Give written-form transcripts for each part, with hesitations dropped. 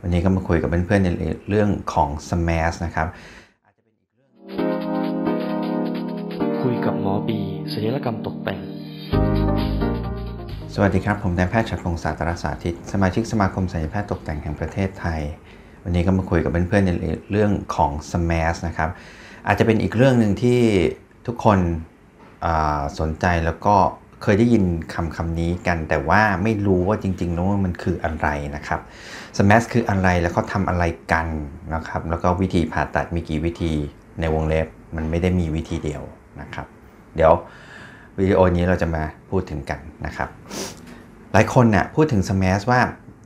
วันนี้ก็มาคุยกับเพื่อนๆในเรื่องของ SMAS นะครับคุยกับหมอบีศัลยกรรมตกแต่งสวัสดีครับผมนายแพทย์ฉัตรพงศ์ศาสตราสาธิตสมาชิกสมาคมศัลยแพทย์ตกแต่งแห่งประเทศไทยวันนี้ก็มาคุยกับเพื่อนๆในเรื่องของ SMAS นะครับอาจจะเป็นอีกเรื่องหนึ่งที่ทุกคนสนใจแล้วก็เคยได้ยินคำนี้กันแต่ว่าไม่รู้ว่าจริงๆแล้วมันคืออะไรนะครับ SMAS คืออะไรแล้วเขาทำอะไรกันนะครับแล้วก็วิธีผ่าตัดมีกี่วิธีในวงเล็บมันไม่ได้มีวิธีเดียวนะครับเดี๋ยววิดีโอนี้เราจะมาพูดถึงกันนะครับหลายคนเนี่ยพูดถึง SMAS ว่า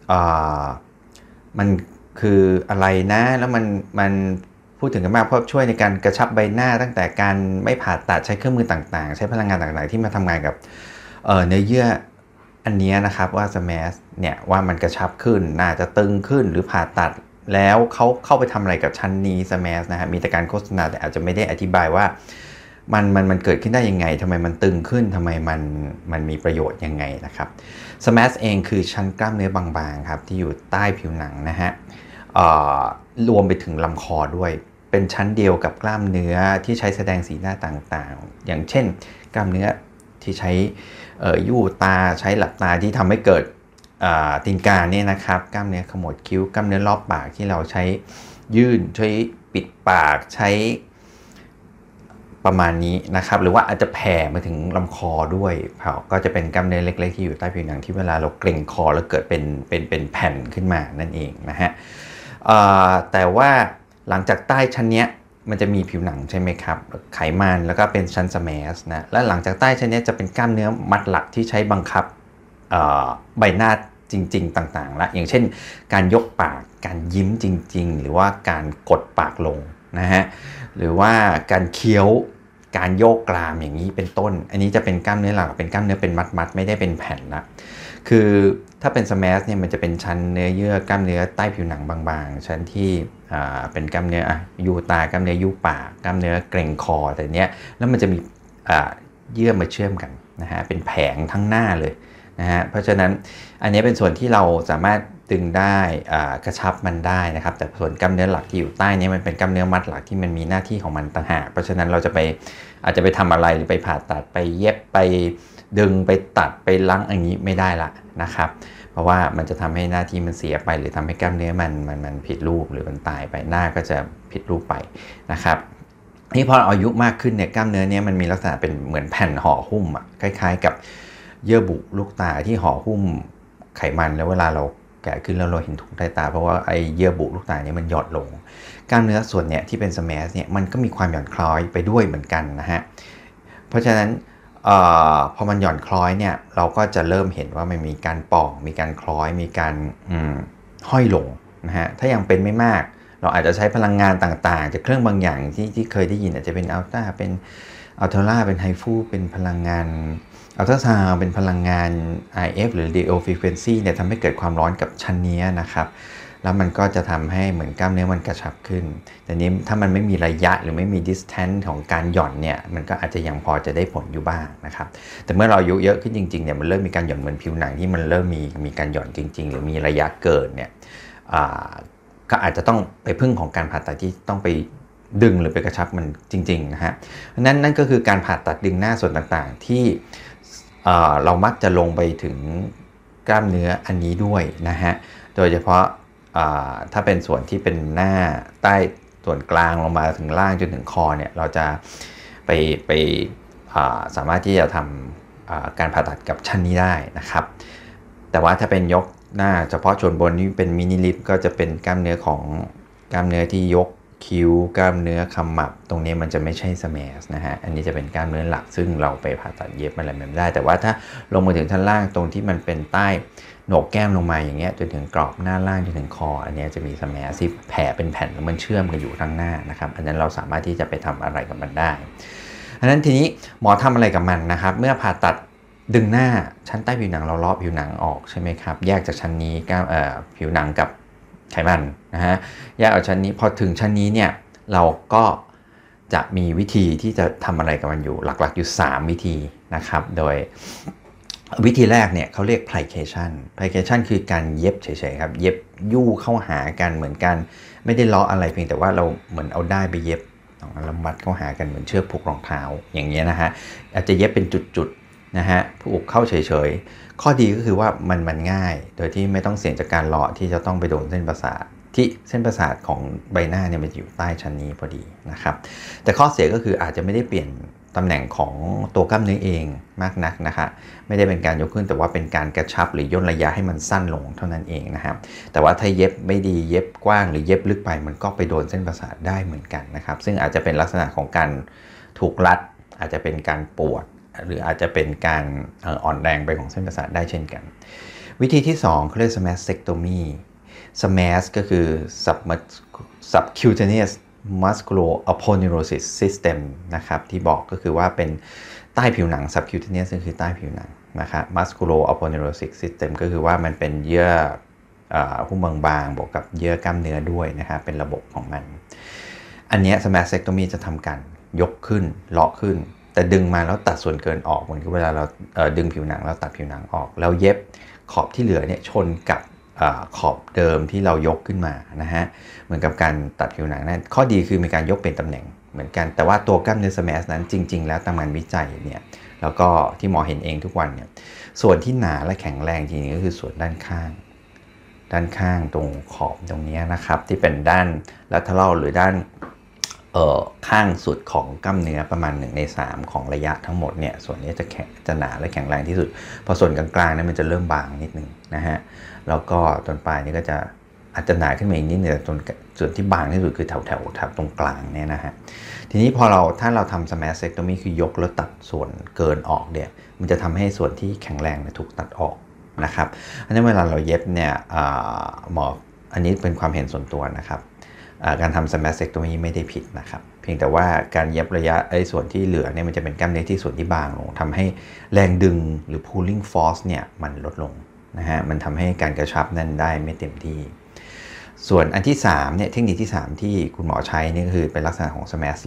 มันคืออะไรนะแล้วมันพูดถึงกันมากเพราะช่วยในการกระชับใบหน้าตั้งแต่การไม่ผ่าตัดใช้เครื่องมือต่างๆใช้พลังงานต่างๆที่มาทำงานกับเนื้อเยื่ออันนี้นะครับว่า SMAS เนี่ยว่ามันกระชับขึ้นน่าจะตึงขึ้นหรือผ่าตัดแล้วเขาเข้าไปทำอะไรกับชั้นนี้ SMAS นะฮะมีแต่การโฆษณาแต่อาจจะไม่ได้อธิบายว่ามันเกิดขึ้นได้ยังไงทำไมมันตึงขึ้นทำไมมันมีประโยชน์ยังไงนะครับ SMAS เองคือชั้นกล้ามเนื้อบางๆครับที่อยู่ใต้ผิวหนังนะฮะรวมไปถึงลำคอด้วยเป็นชั้นเดียวกับกล้ามเนื้อที่ใช้แสดงสีหน้าต่างๆอย่างเช่นกล้ามเนื้อที่ใช้ยู่ตาใช้หลับตาที่ทำให้เกิดตีนกาเนี่ยนะครับกล้ามเนื้อขมวดคิ้วกล้ามเนื้อรอบปากที่เราใช้ยื่นใช้ปิดปากใช้ประมาณนี้นะครับหรือว่าอาจจะแผ่มาถึงลำคอด้วยก็จะเป็นกล้ามเนื้อเล็กๆที่อยู่ใต้ผิวหนังที่เวลาเราเกร็งคอแล้วเกิดเป็นแผ่นขึ้นมานั่นเองนะฮะแต่ว่าหลังจากใต้ชั้นเนี้ยมันจะมีผิวหนังใช่ไหมครับไขมันแล้วก็เป็นชั้น SMAS นะและหลังจากใต้ชั้นนี้จะเป็นกล้ามเนื้อมัดหลักที่ใช้บังคับใบหน้าจริงๆต่างๆละอย่างเช่นการยกปากการยิ้มจริงๆหรือว่าการกดปากลงนะฮะหรือว่าการเคี้ยวการโยกกรามอย่างนี้เป็นต้นอันนี้จะเป็นกล้ามเนื้อหลักเป็นกล้ามเนื้อเป็นมัดๆไม่ได้เป็นแผ่นละคือถ้าเป็น SMAS เนี่ยมันจะเป็นชั้นเนื้อเยื่อกล้ามเนื้อใต้ผิวหนังบางๆชั้นที่เป็นกล้ามเนื้อยู่ตากล้ามเนื้อยู่ปากกล้ามเนื้อเกร็งคอแต่เนี้ยแล้วมันจะมีเยื่อมาเชื่อมกันนะฮะเป็นแผงทั้งหน้าเลยนะฮะเพราะฉะนั้นอันนี้เป็นส่วนที่เราสามารถดึงได้กระชับมันได้นะครับแต่ส่วนกล้ามเนื้อหลักที่อยู่ใต้นี้มันเป็นกล้ามเนื้อมัดหลักที่มันมีหน้าที่ของมันต่างหากเพราะฉะนั้นเราจะอาจจะไปทำอะไรหรือไปผ่าตัดไปเย็บไปดึงไปตัดไปล้างอย่างนี้ไม่ได้ละนะครับเพราะว่ามันจะทำให้หน้าที่มันเสียไปหรือทำให้กล้ามเนื้อมันผิดรูปหรือมันตายไปหน้าก็จะผิดรูปไปนะครับนี่พออายุมากขึ้นเนี่ยกล้ามเนื้อนี้มันมีลักษณะเป็นเหมือนแผ่นห่อหุ้มคล้ายๆกับเยื่อบุลูกตาที่ห่อหุ้มไขมันแล้วเวลาเราแก่ขึ้นแล้วเราเห็นถุงใต้ตาเพราะว่าไอ้เยื่อบุลูกตาเนี่ยมันหย่อนลงกล้ามเนื้อส่วนเนี้ยที่เป็น SMAS เนี่ยมันก็มีความหย่อนคล้อยไปด้วยเหมือนกันนะฮะเพราะฉะนั้นพอมันหย่อนคล้อยเนี่ยเราก็จะเริ่มเห็นว่ามันมีการป่องมีการคล้อยมีการห้อยลงนะฮะถ้ายังเป็นไม่มากเราอาจจะใช้พลังงานต่างๆจากเครื่องบางอย่างที่เคยได้ยินอาจจะเป็นอัลต้าเป็นอัลเทราเป็นไฮฟูเป็นพลังงานอัลตราซาวด์เป็นพลังงาน IF หรือ Radio Frequency เนี่ยทำให้เกิดความร้อนกับชั้นนี้นะครับแล้วมันก็จะทำให้เหมือนกล้ามเนื้อมันกระชับขึ้นแต่นี้ถ้ามันไม่มีระยะหรือไม่มี distance ของการหย่อนเนี่ยมันก็อาจจะยังพอจะได้ผลอยู่บ้างนะครับแต่เมื่อเราอายุเยอะขึ้นจริงๆเนี่ยมันเริ่มมีการหย่อนเหมือนผิวหนังที่มันเริ่มมีการหย่อนจริงๆหรือมีระยะเกินเนี่ยก็อาจจะต้องไปพึ่งของการผ่าตัดที่ต้องไปดึงหรือไปกระชับมันจริงๆนะฮะนั่นก็คือการผ่าตัดดึงหน้าส่วนต่างๆที่เรามักจะลงไปถึงกล้ามเนื้ออันนี้ด้วยนะฮะโดยเฉพาะถ้าเป็นส่วนที่เป็นหน้าใต้ส่วนกลางลงมาถึงล่างจนถึงคอเนี่ยเราจะไปสามารถที่จะทำการผ่าตัดกับชั้นนี้ได้นะครับแต่ว่าถ้าเป็นยกหน้าเฉพาะส่วนบนนี้เป็นมินิลิปก็จะเป็นกล้ามเนื้อของกล้ามเนื้อที่ยกคิ้วกล้ามเนื้อขมับตรงนี้มันจะไม่ใช่ SMAS นะฮะอันนี้จะเป็นกล้ามเนื้อหลักซึ่งเราไปผ่าตัดเย็บอะไรไม่ได้แต่ว่าถ้าลงมาถึงชั้นล่างตรงที่มันเป็นใต้โหนกแก้มลงมาอย่างเงี้ยจนถึงกรอบหน้าล่างจนถึงคออันนี้จะมี SMAS ที่แผ่เป็นแผ่นแล้วมันเชื่อมกันอยู่ข้างหน้านะครับอันนั้นเราสามารถที่จะไปทำอะไรกับมันได้อันนั้นทีนี้หมอทำอะไรกับมันนะครับเมื่อผ่าตัดดึงหน้าชั้นใต้ผิวหนังเราเลาะผิวหนังออกใช่ไหมครับแยกจากชั้นนี้ผิวหนังกับไขมันนะฮะแยกเอาชั้นนี้พอถึงชั้นนี้เนี่ยเราก็จะมีวิธีที่จะทำอะไรกับมันอยู่หลักๆอยู่3วิธีนะครับโดยวิธีแรกเนี่ยเขาเรียก plication คือการเย็บเฉยๆครับเย็บยู่เข้าหากันเหมือนกันไม่ได้เลาะอะไรเพียงแต่ว่าเราเหมือนเอาด้ายไปเย็บแล้วมัดเข้าหากันเหมือนเชือกผูกรองเท้าอย่างเงี้ยนะฮะอาจจะเย็บเป็นจุดๆนะฮะผูกเข้าเฉยๆข้อดีก็คือว่ามันง่ายโดยที่ไม่ต้องเสี่ยงจากการเลาะที่จะต้องไปโดนเส้นประสาทที่เส้นประสาทของใบหน้าเนี่ยมันอยู่ใต้ชั้นนี้พอดีนะครับแต่ข้อเสียก็คืออาจจะไม่ได้เปลี่ยนตำแหน่งของตัวกล้ามเนื้อเองมากนักนะคะไม่ได้เป็นการยกขึ้นแต่ว่าเป็นการกระชับหรือย่นระยะให้มันสั้นลงเท่านั้นเองนะครับแต่ว่าถ้าเย็บไม่ดีเย็บกว้างหรือเย็บลึกไปมันก็ไปโดนเส้นประสาทได้เหมือนกันนะครับซึ่งอาจจะเป็นลักษณะของการถูกรัดอาจจะเป็นการปวดหรืออาจจะเป็นการอ่อนแรงไปของเส้นประสาทได้เช่นกันวิธีที่2เขาเรียก smastectomy smash ก็คือ subcutaneous musculoaponeurosis system นะครับที่บอกก็คือว่าเป็นใต้ผิวหนัง subcutaneous ก็คือใต้ผิวหนังนะครับ musculoaponeurosis system ก็คือว่ามันเป็นเยื่อหุ้มบางๆบวกกับเยื่อกล้ามเนื้อด้วยนะครับเป็นระบบของมันอันนี้ smastectomy จะทำการยกขึ้นเลาะขึ้นแต่ดึงมาแล้วตัดส่วนเกินออกเหมือนกับเวลาเราดึงผิวหนังแล้วตัดผิวหนังออกแล้วเย็บขอบที่เหลือเนี่ยชนกับขอบเดิมที่เรายกขึ้นมานะฮะเหมือนกับการตัดผิวหนังนั่นข้อดีคือมีการยกเป็นตำแหน่งเหมือนกันแต่ว่าตัวกล้ามเนื้อสแมชนั้นจริงๆแล้วตามงานวิจัยเนี่ยแล้วก็ที่หมอเห็นเองทุกวันเนี่ยส่วนที่หนาและแข็งแรงจริงๆก็คือส่วนด้านข้างตรงขอบตรงนี้นะครับที่เป็นด้าน lateral หรือด้านข้างสุดของกล้ามเนื้อประมาณ1 ใน 3ของระยะทั้งหมดเนี่ยส่วนนี้จะหนาและแข็งแรงที่สุดพอส่วนกลางๆนั้นมันจะเริ่มบางนิดนึงนะฮะแล้วก็ตรงปลายนี่ก็จะอาจจะหนาขึ้นมาอีกนิดนึงแต่ส่วนที่บางที่สุดคือแถวตรงกลางเนี่ยนะฮะทีนี้ถ้าเราทำ smastectomy คือยกแล้วตัดส่วนเกินออกเนี่ยมันจะทำให้ส่วนที่แข็งแรงถูกตัดออกนะครับอันนี้เวลาเราเย็บเนี่ยหมออันนี้เป็นความเห็นส่วนตัวนะครับการทำ smastectomy ไม่ได้ผิดนะครับเพียงแต่ว่าการเย็บระยะส่วนที่เหลือเนี่ยมันจะเป็นกล้ามเนื้อที่ส่วนที่บางลงทำให้แรงดึงหรือ pulling force เนี่ยมันลดลงนะฮะมันทำให้การกระชับนั้นได้ไม่เต็มที่ส่วนอันที่3เนี่ยเทคนิคที่3ที่คุณหมอใช้นี่ก็คือเป็นลักษณะของ smash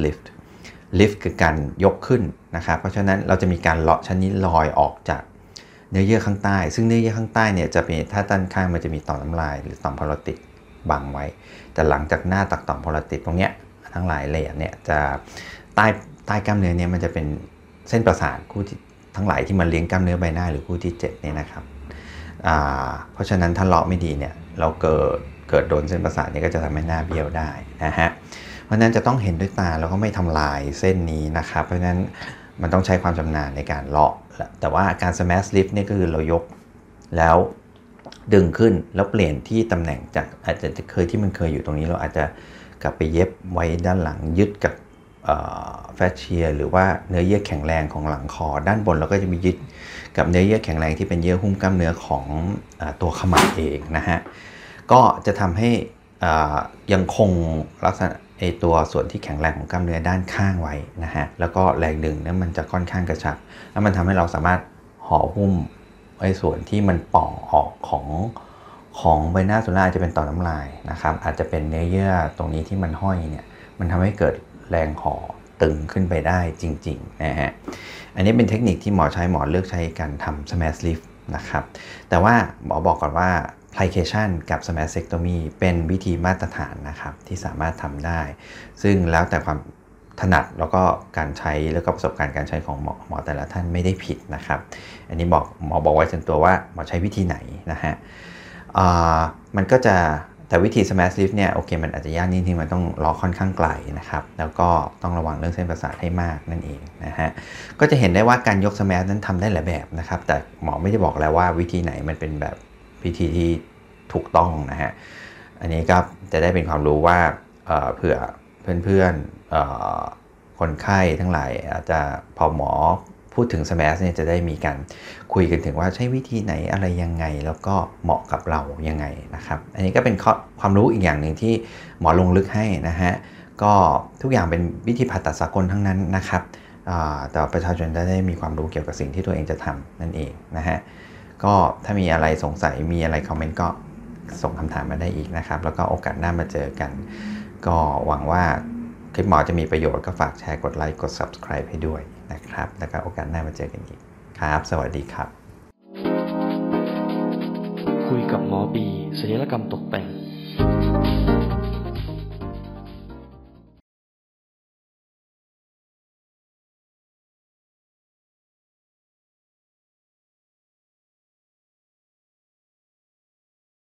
lift คือการยกขึ้นนะครับเพราะฉะนั้นเราจะมีการเลาะชั้นนี้ลอยออกจากเนื้อเยื่อข้างใต้ซึ่งเนื้อเยื่อข้างใต้เนี่ยจะเป็นถ้าด้านข้างมันจะมีต่อมน้ำลายหรือต่อมพาโรติดบังไว้แต่หลังจากหน้าตักต่อมพาโรติดตรงเนี้ยทั้งหลายเลยเนี่ยจะใต้กล้ามเนื้อเนี่ยมันจะเป็นเส้นประสาทคู่ที่ทั้งหลายที่มันเลี้ยงกล้ามเนื้อใบหน้าหรือคู่ที่7เนี่ยนะครับเพราะฉะนั้นถ้าเลาะไม่ดีเนี่ยเราเกิดโดนเส้นประสาทนี่ก็จะทำให้หน้าเบี้ยวได้นะฮะเพราะฉะนั้นจะต้องเห็นด้วยตาแล้วก็ไม่ทำลายเส้นนี้นะครับเพราะฉะนั้นมันต้องใช้ความชำนาญในการเลาะแต่ว่าการ smash lift นี่ก็คือเรายกแล้วดึงขึ้นแล้วเปลี่ยนที่ตำแหน่งจากอาจจะที่มันเคยอยู่ตรงนี้เราอาจจะกลับไปเย็บไว้ด้านหลังยึดกับแฟชเชียหรือว่าเนื้อเยื่อแข็งแรงของหลังคอด้านบนเราก็จะมียึดกับเนื้อเยื่อแข็งแรงที่เป็นเยื่อหุ้มกล้ามเนื้อของตัวขมับเองนะฮะก็จะทำให้ยังคงลักษณะตัวส่วนที่แข็งแรงของกล้ามเนื้อด้านข้างไว้นะฮะแล้วก็แรงดึงนั้นมันจะค่อนข้างกระชับแล้วมันทำให้เราสามารถห่อหุ้มส่วนที่มันป่องออกของใบหน้าส่วนหน้าจะเป็นต่อน้ำลายนะครับอาจจะเป็นเนื้อเยื่อตรงนี้ที่มันห้อยเนี่ยมันทำให้เกิดแรงห่อตึงขึ้นไปได้จริงๆนะฮะอันนี้เป็นเทคนิคที่หมอเลือกใช้การทำ smash lift นะครับแต่ว่าหมอบอกก่อนว่า plication กับ smastectomy เป็นวิธีมาตรฐานนะครับที่สามารถทำได้ซึ่งแล้วแต่ความถนัดแล้วก็การใช้แล้วก็ประสบการณ์การใช้ของหมอแต่ละท่านไม่ได้ผิดนะครับอันนี้หมอบอกไว้ส่วนตัวว่าหมอใช้วิธีไหนนะฮะมันก็จะแต่วิธี smash lift เนี่ยโอเคมันอาจจะยากนิดนึงมันต้องล้อค่อนข้างไกลนะครับแล้วก็ต้องระวังเรื่องเส้นประสาทให้มากนั่นเองนะฮะก็จะเห็นได้ว่าการยก smash นั้นทำได้หลายแบบนะครับแต่หมอไม่ได้บอกแล้วว่าวิธีไหนมันเป็นแบบวิธีที่ถูกต้องนะฮะอันนี้ก็จะได้เป็นความรู้ว่าเผื่อเพื่อนๆคนไข้ทั้งหลายอาจจะพอหมอพูดถึง smash เนี่ยจะได้มีการคุยกันถึงว่าใช้วิธีไหนอะไรยังไงแล้วก็เหมาะกับเรายังไงนะครับอันนี้ก็เป็นความรู้อีกอย่างหนึ่งที่หมอลงลึกให้นะฮะก็ทุกอย่างเป็นวิธีผ่าตัดสากลทั้งนั้นนะครับแต่ประชาชนจะได้มีความรู้เกี่ยวกับสิ่งที่ตัวเองจะทำนั่นเองนะฮะก็ถ้ามีอะไรสงสัยมีอะไรคอมเมนต์ก็ส่งคำถามมาได้อีกนะครับแล้วก็โอกาสหน้ามาเจอกันก็หวังว่าคลิปหมอจะมีประโยชน์ก็ฝากแชร์กดไลค์กด Subscribe ให้ด้วยนะครับแล้วก็โอกาสหน้ามาเจอกันอีกครับสวัสดีครับคุยกับหมอบีศัลยกรรมตกแต่ง